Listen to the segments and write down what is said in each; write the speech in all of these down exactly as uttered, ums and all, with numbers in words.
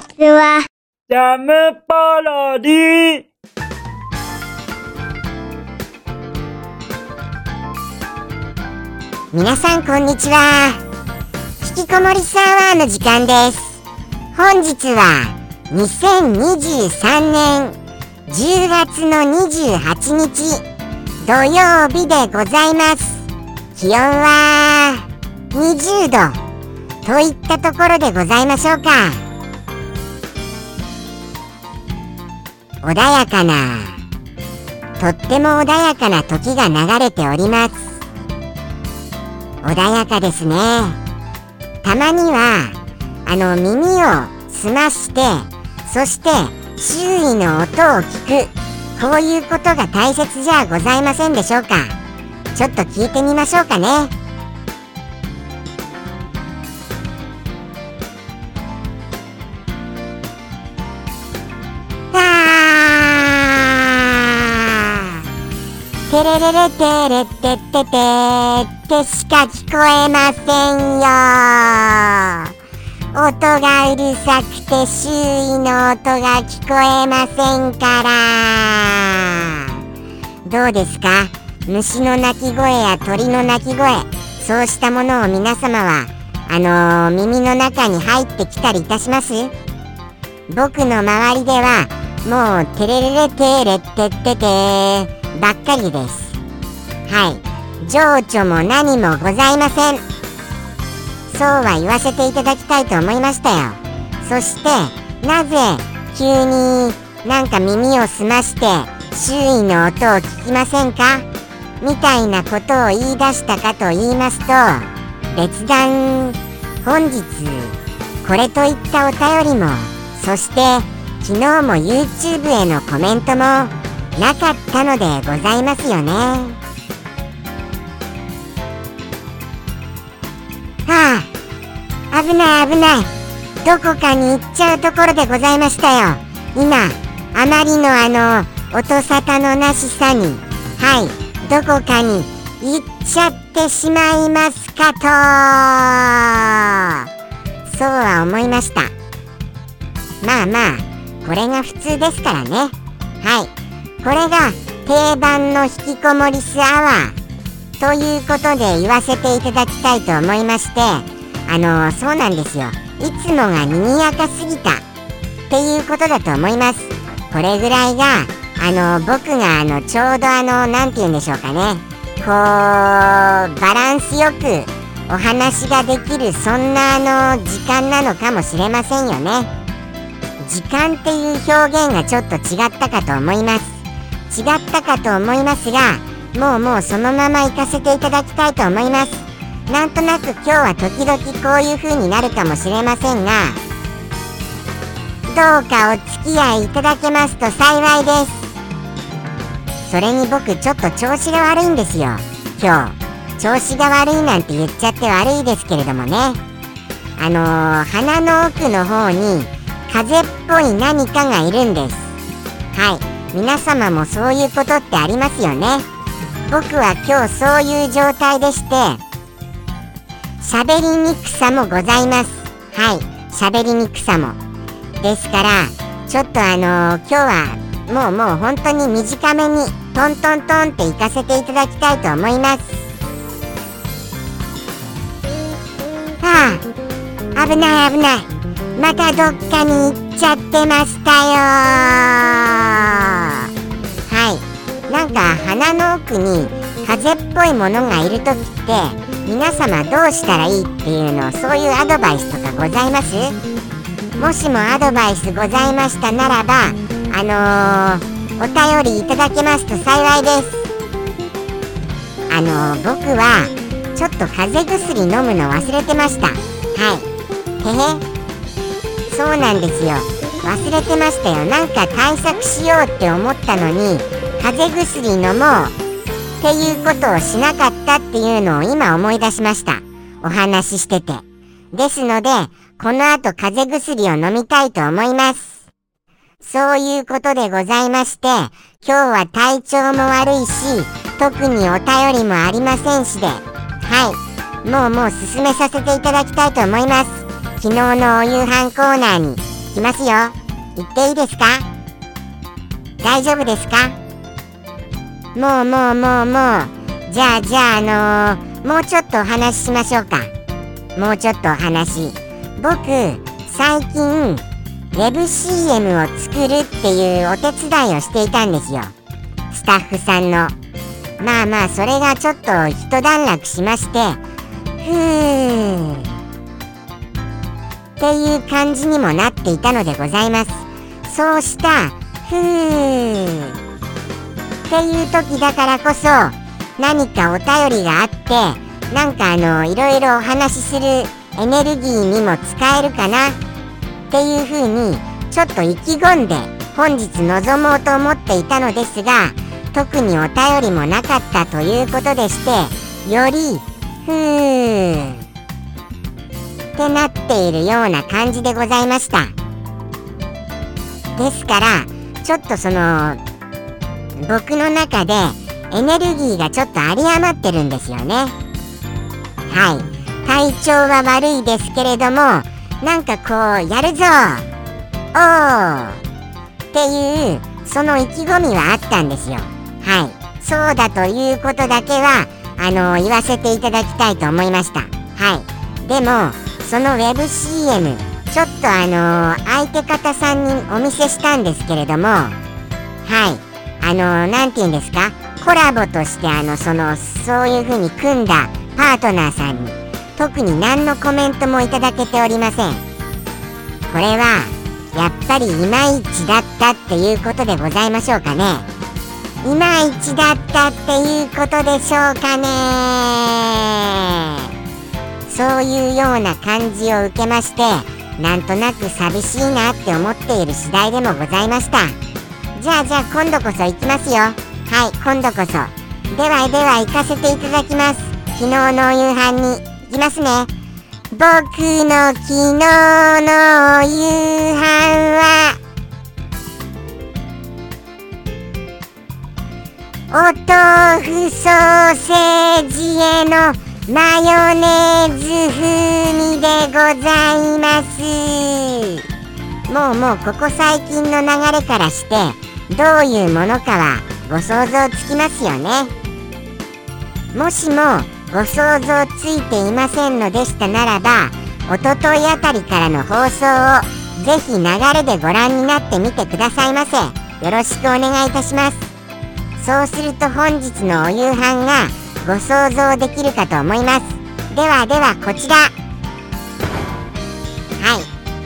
ちは。 ジャムパロディ。 皆さんこんにちは。引きこもりサワーの時間です。本日はにせんにじゅうさんねんじゅうがつのにじゅうはちにち土曜日でございます。気温はにじゅうどといったところでございましょうか。穏やかな、とっても穏やかな時が流れております。穏やかですね。たまにはあの耳を澄まして、そして周囲の音を聞く、こういうことが大切じゃございませんでしょうか。ちょっと聞いてみましょうかね。テレレレテレテテテってしか聞こえませんよ。音がうるさくて周囲の音が聞こえませんから。どうですか？虫の鳴き声や鳥の鳴き声、そうしたものを皆様はあのー、耳の中に入ってきたりいたします？僕の周りではもうテレレレテレテテテばっかりです。はい、情緒も何もございません。そうは言わせていただきたいと思いましたよ。そしてなぜ急になんか耳を澄まして周囲の音を聞きませんかみたいなことを言い出したかと言いますと、別段本日これといったお便りも、そして昨日も YouTube へのコメントもなかったのでございますよね。はあ、危ない危ない、どこかに行っちゃうところでございましたよ。今あまりのあの音沙汰のなしさに、はい、どこかに行っちゃってしまいますかと、そうは思いました。まあまあこれが普通ですからね。はい、これが定番の引きこもりスアワーということで言わせていただきたいと思いまして、あのー、そうなんですよ。いつもが賑やかすぎたっていうことだと思います。これぐらいがあのー、僕があのちょうどあのなんて言うんでしょうかね、こうバランスよくお話ができる、そんなあの時間なのかもしれませんよね。時間っていう表現がちょっと違ったかと思います。違ったかと思いますが、もうもうそのまま行かせていただきたいと思います。なんとなく今日は時々こういう風になるかもしれませんが、どうかお付き合いいただけますと幸いです。それに僕ちょっと調子が悪いんですよ。今日調子が悪いなんて言っちゃって悪いですけれどもね、あのー、鼻の奥の方に風邪っぽい何かがいるんです。はい、皆様もそういうことってありますよね。僕は今日そういう状態でして、喋りにくさもございます。はい、喋りにくさもですから、ちょっとあのー、今日はもうもう本当に短めにトントントンって行かせていただきたいと思います。はあ、危ない危ない、またどっかに行っちゃってましたよ。はい、なんか鼻の奥に風邪っぽいものがいるときって皆様どうしたらいいっていうの、そういうアドバイスとかございます？もしもアドバイスございましたならば、あのー、お便りいただけますと幸いです。あのー、僕はちょっと風邪薬飲むの忘れてました。はい、へへ、そうなんですよ、忘れてましたよ。なんか対策しようって思ったのに風邪薬飲もうっていうことをしなかったっていうのを今思い出しました、お話ししてて。ですのでこの後風邪薬を飲みたいと思います。そういうことでございまして、今日は体調も悪いし特にお便りもありませんしで、はい、もうもう進めさせていただきたいと思います。昨日のお夕飯コーナーにきますよ。言っていいですか？大丈夫ですか？もうもうもうもうじゃあじゃああのー、もうちょっとお話ししましょうか。もうちょっとお話。僕最近ウェブ シーエム を作るっていうお手伝いをしていたんですよ、スタッフさんの。まあまあそれがちょっと一段落しまして、ふーっていう感じにもなっていたのでございます。そうしたふーっていう時だからこそ、何かお便りがあって、なんかあのいろいろお話しするエネルギーにも使えるかなっていう風にちょっと意気込んで本日臨もうと思っていたのですが、特にお便りもなかったということでして、よりふーってなっているような感じでございました。ですからちょっとその僕の中でエネルギーがちょっと有り余ってるんですよね。はい、体調は悪いですけれども、なんかこうやるぞおーっていうその意気込みはあったんですよ。はい、そうだということだけはあの言わせていただきたいと思いました。はい、でもその ウェブ シーエム ちょっとあの相手方さんにお見せしたんですけれども、はい、あのなんて言うんですか、コラボとしてあのそのそういう風に組んだパートナーさんに特に何のコメントもいただけておりません。これはやっぱりいまいちだったっていうことでございましょうかね。いまいちだったっていうことでしょうかね。そういうような感じを受けまして、なんとなく寂しいなって思っている次第でもございました。じゃあじゃあ今度こそ行きますよ。はい、今度こそ。ではでは行かせていただきます。昨日のお夕飯に行きますね。僕の昨日のお夕飯はお豆腐ソーセージへのマヨネーズ風味でございます。もうもうここ最近の流れからしてどういうものかはご想像つきますよね。もしもご想像ついていませんのでしたならば、おとといあたりからの放送をぜひ流れでご覧になってみてくださいませ。よろしくお願いいたします。そうすると本日のお夕飯がご想像できるかと思います。ではではこちら、はい、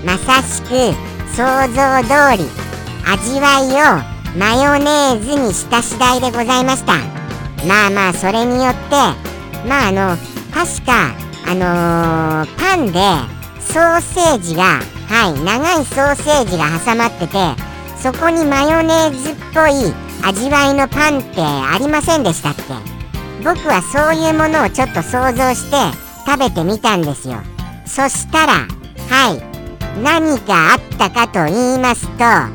まさしく想像通り味わいをマヨネーズにした次第でございました。まあまあそれによってまああの確かあのー、パンでソーセージが、はい、長いソーセージが挟まってて、そこにマヨネーズっぽい味わいのパンってありませんでしたっけ？僕はそういうものをちょっと想像して食べてみたんですよ。そしたら、はい、何があったかと言いますと、は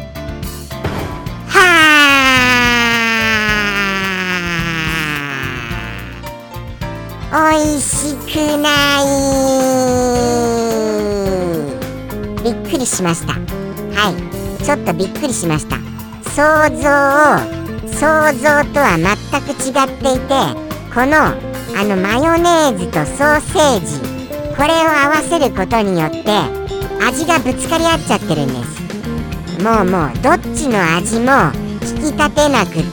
ー、おいしくない。びっくりしました。はい、ちょっとびっくりしました。想像想像とは全く違っていて、このあのマヨネーズとソーセージ、これを合わせることによって味がぶつかり合っちゃってるんです。もうもうどっちの味も引き立てなくって、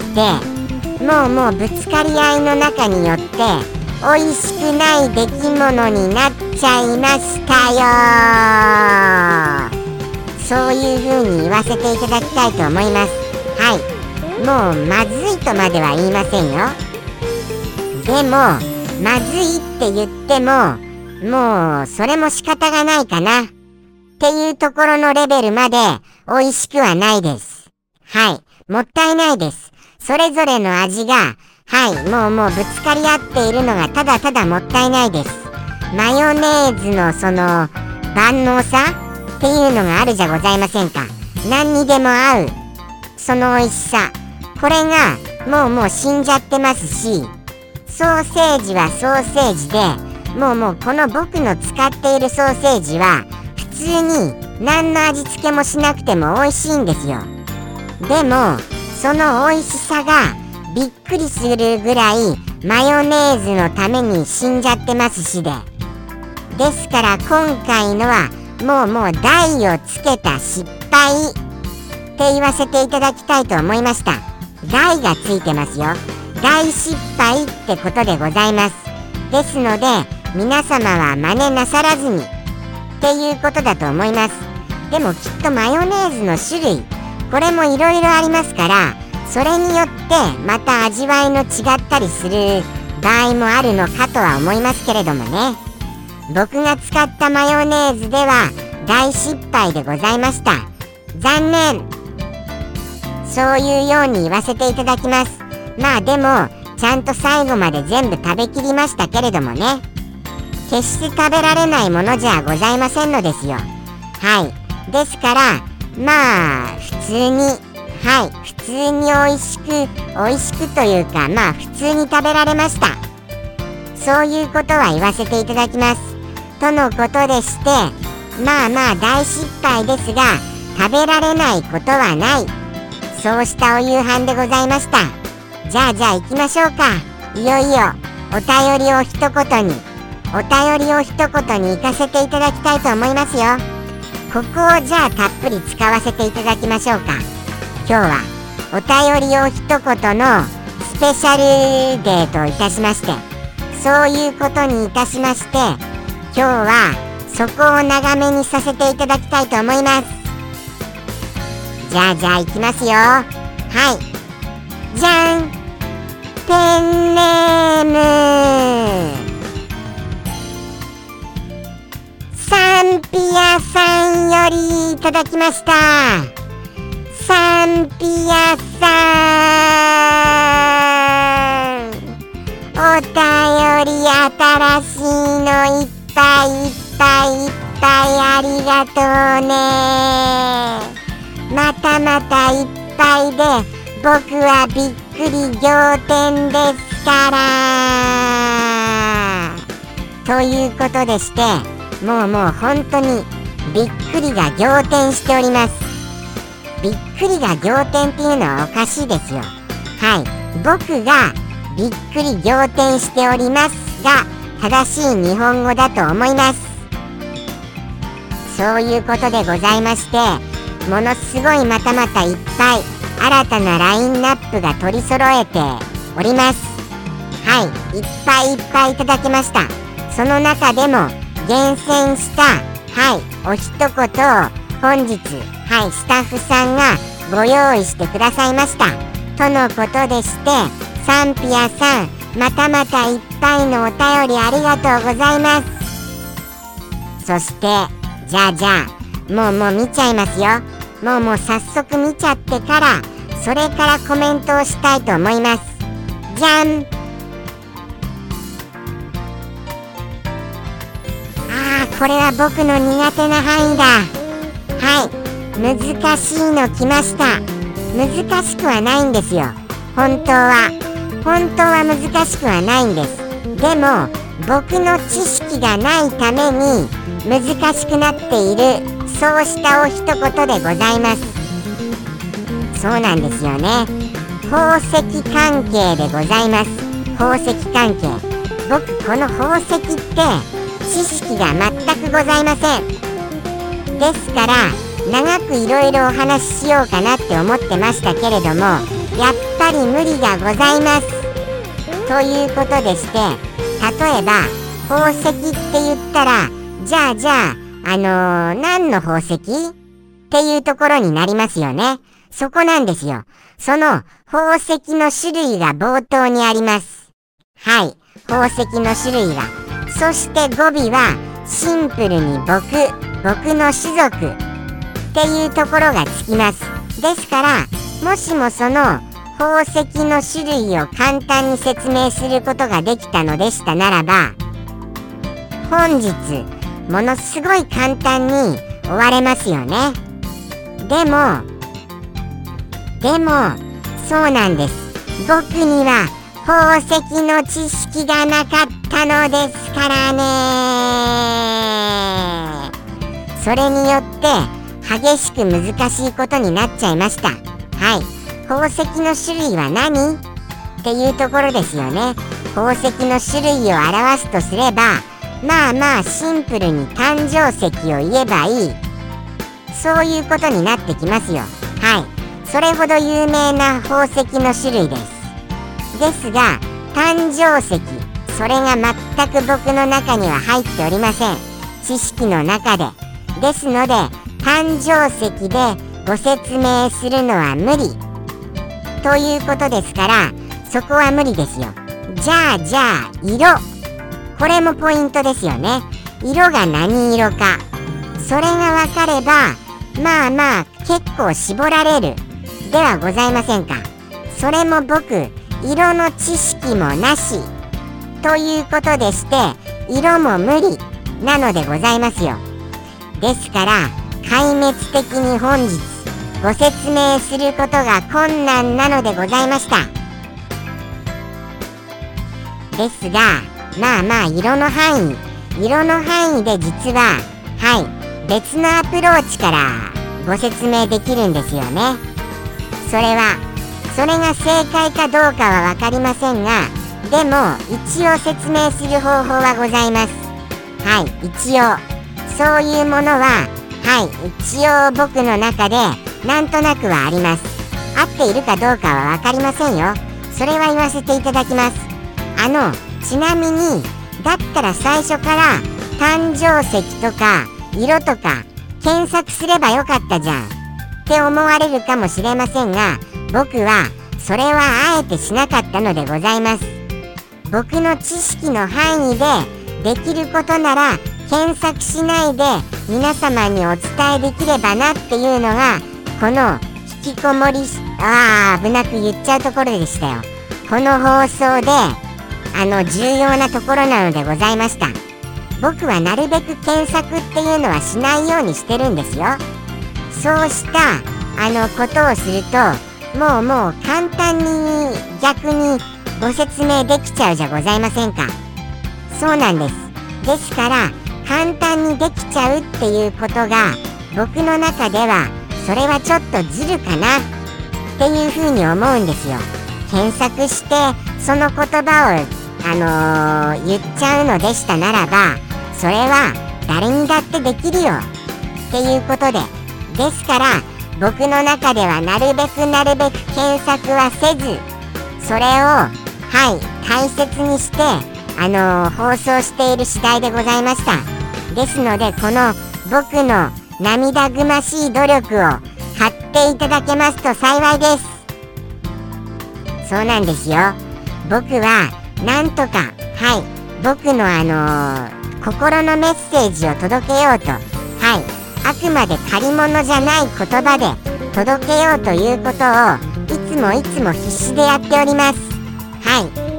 もうもうぶつかり合いの中によって美味しくない出来物になっちゃいましたよ。そういう風に言わせていただきたいと思います。はい、もうまずいとまでは言いませんよ。でもまずいって言ってももうそれも仕方がないかなっていうところのレベルまで美味しくはないです。はい、もったいないです。それぞれの味が、はい、もうもうぶつかり合っているのがただただもったいないです。マヨネーズのその万能さっていうのがあるじゃございませんか。何にでも合うその美味しさ、これがもうもう死んじゃってますし、ソーセージはソーセージで、もうもうこの僕の使っているソーセージは普通に何の味付けもしなくても美味しいんですよ。でもその美味しさがびっくりするぐらいマヨネーズのために死んじゃってますしでですから今回のはもうもう大をつけた失敗って言わせていただきたいと思いました。大がついてますよ。大失敗ってことでございます。ですので皆様は真似なさらずにっていうことだと思います。でもきっとマヨネーズの種類これもいろいろありますから、それによってまた味わいの違ったりする場合もあるのかとは思いますけれどもね。僕が使ったマヨネーズでは大失敗でございました。残念。そういうように言わせていただきます。まあでもちゃんと最後まで全部食べきりましたけれどもね。決して食べられないものじゃございませんのですよ。はい。ですからまあ普通にはい普通に美味しく美味しくというかまあ普通に食べられました。そういうことは言わせていただきますとのことでして、まあまあ大失敗ですが食べられないことはない、そうしたお夕飯でございました。じゃあじゃあ行きましょうか。いよいよお便りを一言にお便りを一言に行かせていただきたいと思いますよ。ここをじゃあたっぷり使わせていただきましょうか。今日はお便りを一言のスペシャルデーといたしまして、そういうことにいたしまして今日はそこを長めにさせていただきたいと思います。じゃあじゃあいきますよ。はい、じゃん。ペンネームサンピアさんよりいただきました。サンピアさん、お便り新しいのいっぱいいっぱいいっぱいありがとうね。またまたいっぱいで僕はびっくり仰天ですからということでして、もうもう本当にびっくりが仰天しております。びっくりが仰天っていうのはおかしいですよ。はい、僕がびっくり仰天しておりますが正しい日本語だと思います。そういうことでございまして、ものすごいまたまたいっぱい新たなラインナップが取り揃えております。はい、いっぱいいっぱいいただきました。その中でも厳選したはいお一言を本日はいスタッフさんがご用意してくださいましたとのことでして、サンピアさんまたまたいっぱいのお便りありがとうございます。そしてじゃあじゃあもうもう見ちゃいますよ。もうもう早速見ちゃってからそれからコメントをしたいと思います。じゃん。あーこれは僕の苦手な範囲だ。はい、難しいの来ました。難しくはないんですよ。本当は本当は難しくはないんです。でも僕の知識がないために難しくなっている、そうしたお一言でございます。そうなんですよね。宝石関係でございます。宝石関係、僕この宝石って知識が全くございません。ですから長くいろいろお話ししようかなって思ってましたけれども、やっぱり無理がございますということでして、例えば宝石って言ったらじゃあじゃああのー、何の宝石っていうところになりますよね。そこなんですよ。その宝石の種類が冒頭にあります。はい、宝石の種類が。そして語尾はシンプルに僕、僕の種族っていうところがつきます。ですからもしもその宝石の種類を簡単に説明することができたのでしたならば、本日ものすごい簡単に終われますよね。でもでもそうなんです。僕には宝石の知識がなかったのですからね。 それによって激しく難しいことになっちゃいました。はい、宝石の種類は何っていうところですよね。宝石の種類を表すとすれば、まあまあシンプルに誕生石を言えばいい、そういうことになってきますよ。はい、それほど有名な宝石の種類です。ですが誕生石、それが全く僕の中には入っておりません。知識の中で。ですので誕生石でご説明するのは無理ということですから、そこは無理ですよ。じゃあじゃあ色、これもポイントですよね。色が何色か、それが分かればまあまあ結構絞られるではございませんか。それも僕色の知識もなしということでして、色も無理なのでございますよ。ですから壊滅的に本日ご説明することが困難なのでございました。ですがまあまあ色の範囲色の範囲で実ははい別のアプローチからご説明できるんですよね。それはそれが正解かどうかは分かりませんが、でも一応説明する方法はございます。はい、一応そういうものははい一応僕の中でなんとなくはあります。合っているかどうかは分かりませんよ。それは言わせていただきます。あのちなみにだったら最初から誕生石とか色とか検索すればよかったじゃんって思われるかもしれませんが、僕はそれはあえてしなかったのでございます。僕の知識の範囲でできることなら検索しないで皆様にお伝えできればなっていうのがこの引きこもりあー危なく言っちゃうところでしたよ。この放送であの重要なところなのでございました。僕はなるべく検索っていうのはしないようにしてるんですよ。そうしたあのことをするともうもう簡単に逆にご説明できちゃうじゃございませんか。そうなんです。ですから簡単にできちゃうっていうことが僕の中ではそれはちょっとずるかなっていうふうに思うんですよ。検索してその言葉をあのー、言っちゃうのでしたならば、それは誰にだってできるよっていうことで、ですから僕の中ではなるべくなるべく検索はせず、それをはい大切にしてあのー、放送している次第でございました。ですのでこの僕の涙ぐましい努力を買っていただけますと幸いです。そうなんですよ。僕はなんとかはい僕のあのー、心のメッセージを届けようと、はいあくまで借り物じゃない言葉で届けようということをいつもいつも必死でやっております。はい、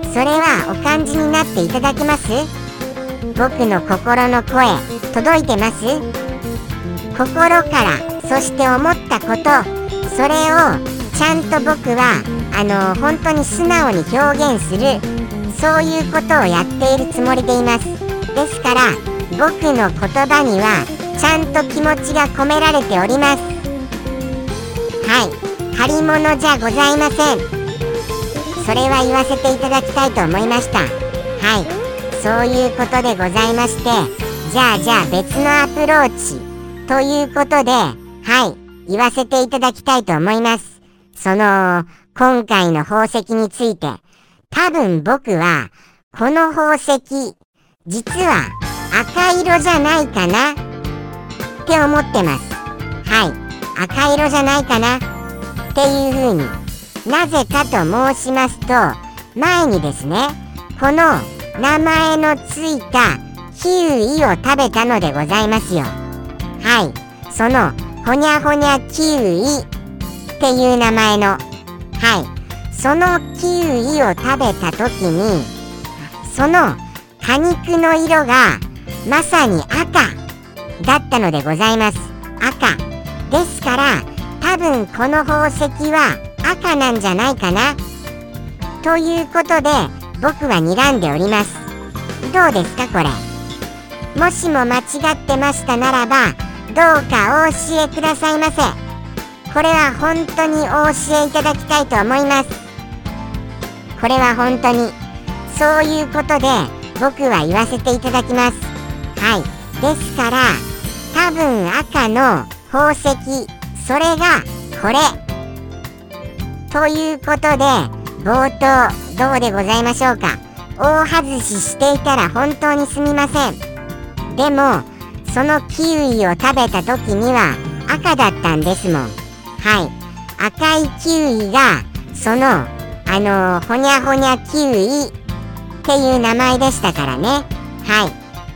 それはお感じになっていただけます？僕の心の声届いてます？心からそして思ったこと、それをちゃんと僕はあのー、本当に素直に表現する、そういうことをやっているつもりでいます。ですから僕の言葉にはちゃんと気持ちが込められております。はい借り物じゃございません。それは言わせていただきたいと思いました。はいそういうことでございまして、じゃあじゃあ別のアプローチということではい言わせていただきたいと思います。その今回の宝石について、多分僕はこの宝石実は赤色じゃないかなって思ってます。はい赤色じゃないかなっていう風に、なぜかと申しますと、前にですねこの名前のついたキウイを食べたのでございますよ。はいそのほにゃほにゃキウイっていう名前のはいそのキウイを食べた時に、その果肉の色がまさに赤だったのでございます。赤ですから多分この宝石は赤なんじゃないかなということで僕は睨んでおります。どうですかこれ。もしも間違ってましたならばどうかお教えくださいませ。これは本当にお教えいただきたいと思います。これは本当にそういうことで僕は言わせていただきます。はい。ですから多分赤の宝石、それがこれということで、冒頭どうでございましょうか。大外ししていたら本当にすみません。でもそのキウイを食べた時には赤だったんですもん。はい。赤いキウイがそのあのー、ほにゃほにゃキウイっていう名前でしたからね。はい。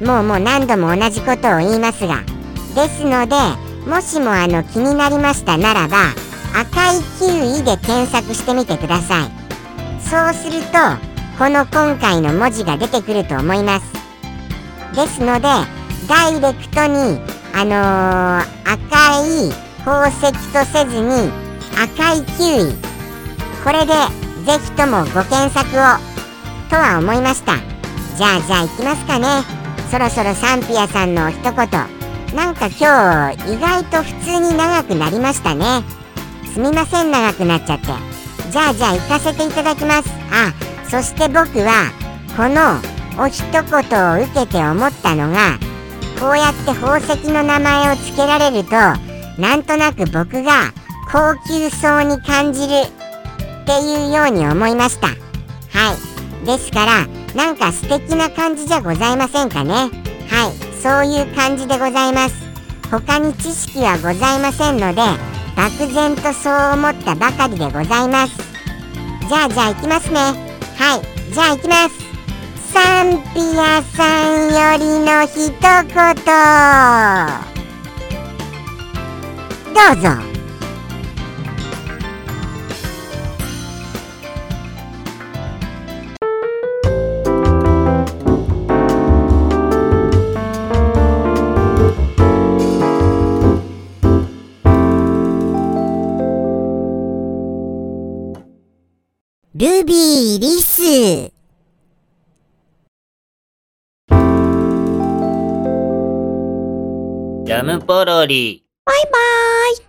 もうもう何度も同じことを言いますが、ですのでもしもあの気になりましたならば、赤いキウイで検索してみてください。そうするとこの今回の文字が出てくると思います。ですのでダイレクトにあのー、赤い宝石とせずに赤いキウイ、これでぜひともご検索をとは思いました。じゃあじゃあ行きますかね。そろそろサンピアさんの一言、なんか今日意外と普通に長くなりましたね。すみません、長くなっちゃって。じゃあじゃあ行かせていただきます。あ、そして僕はこのお一言を受けて思ったのが、こうやって宝石の名前を付けられるとなんとなく僕が高級そうに感じるっていうように思いました。はい。ですからなんか素敵な感じじゃございませんかね。はい。そういう感じでございます。他に知識はございませんので、漠然とそう思ったばかりでございます。じゃあじゃあ行きますね。はい。じゃあ行きます。サンピアさんよりの一言、どうぞ。ルビーリス。 ジャムポロリ。 バイバーイ。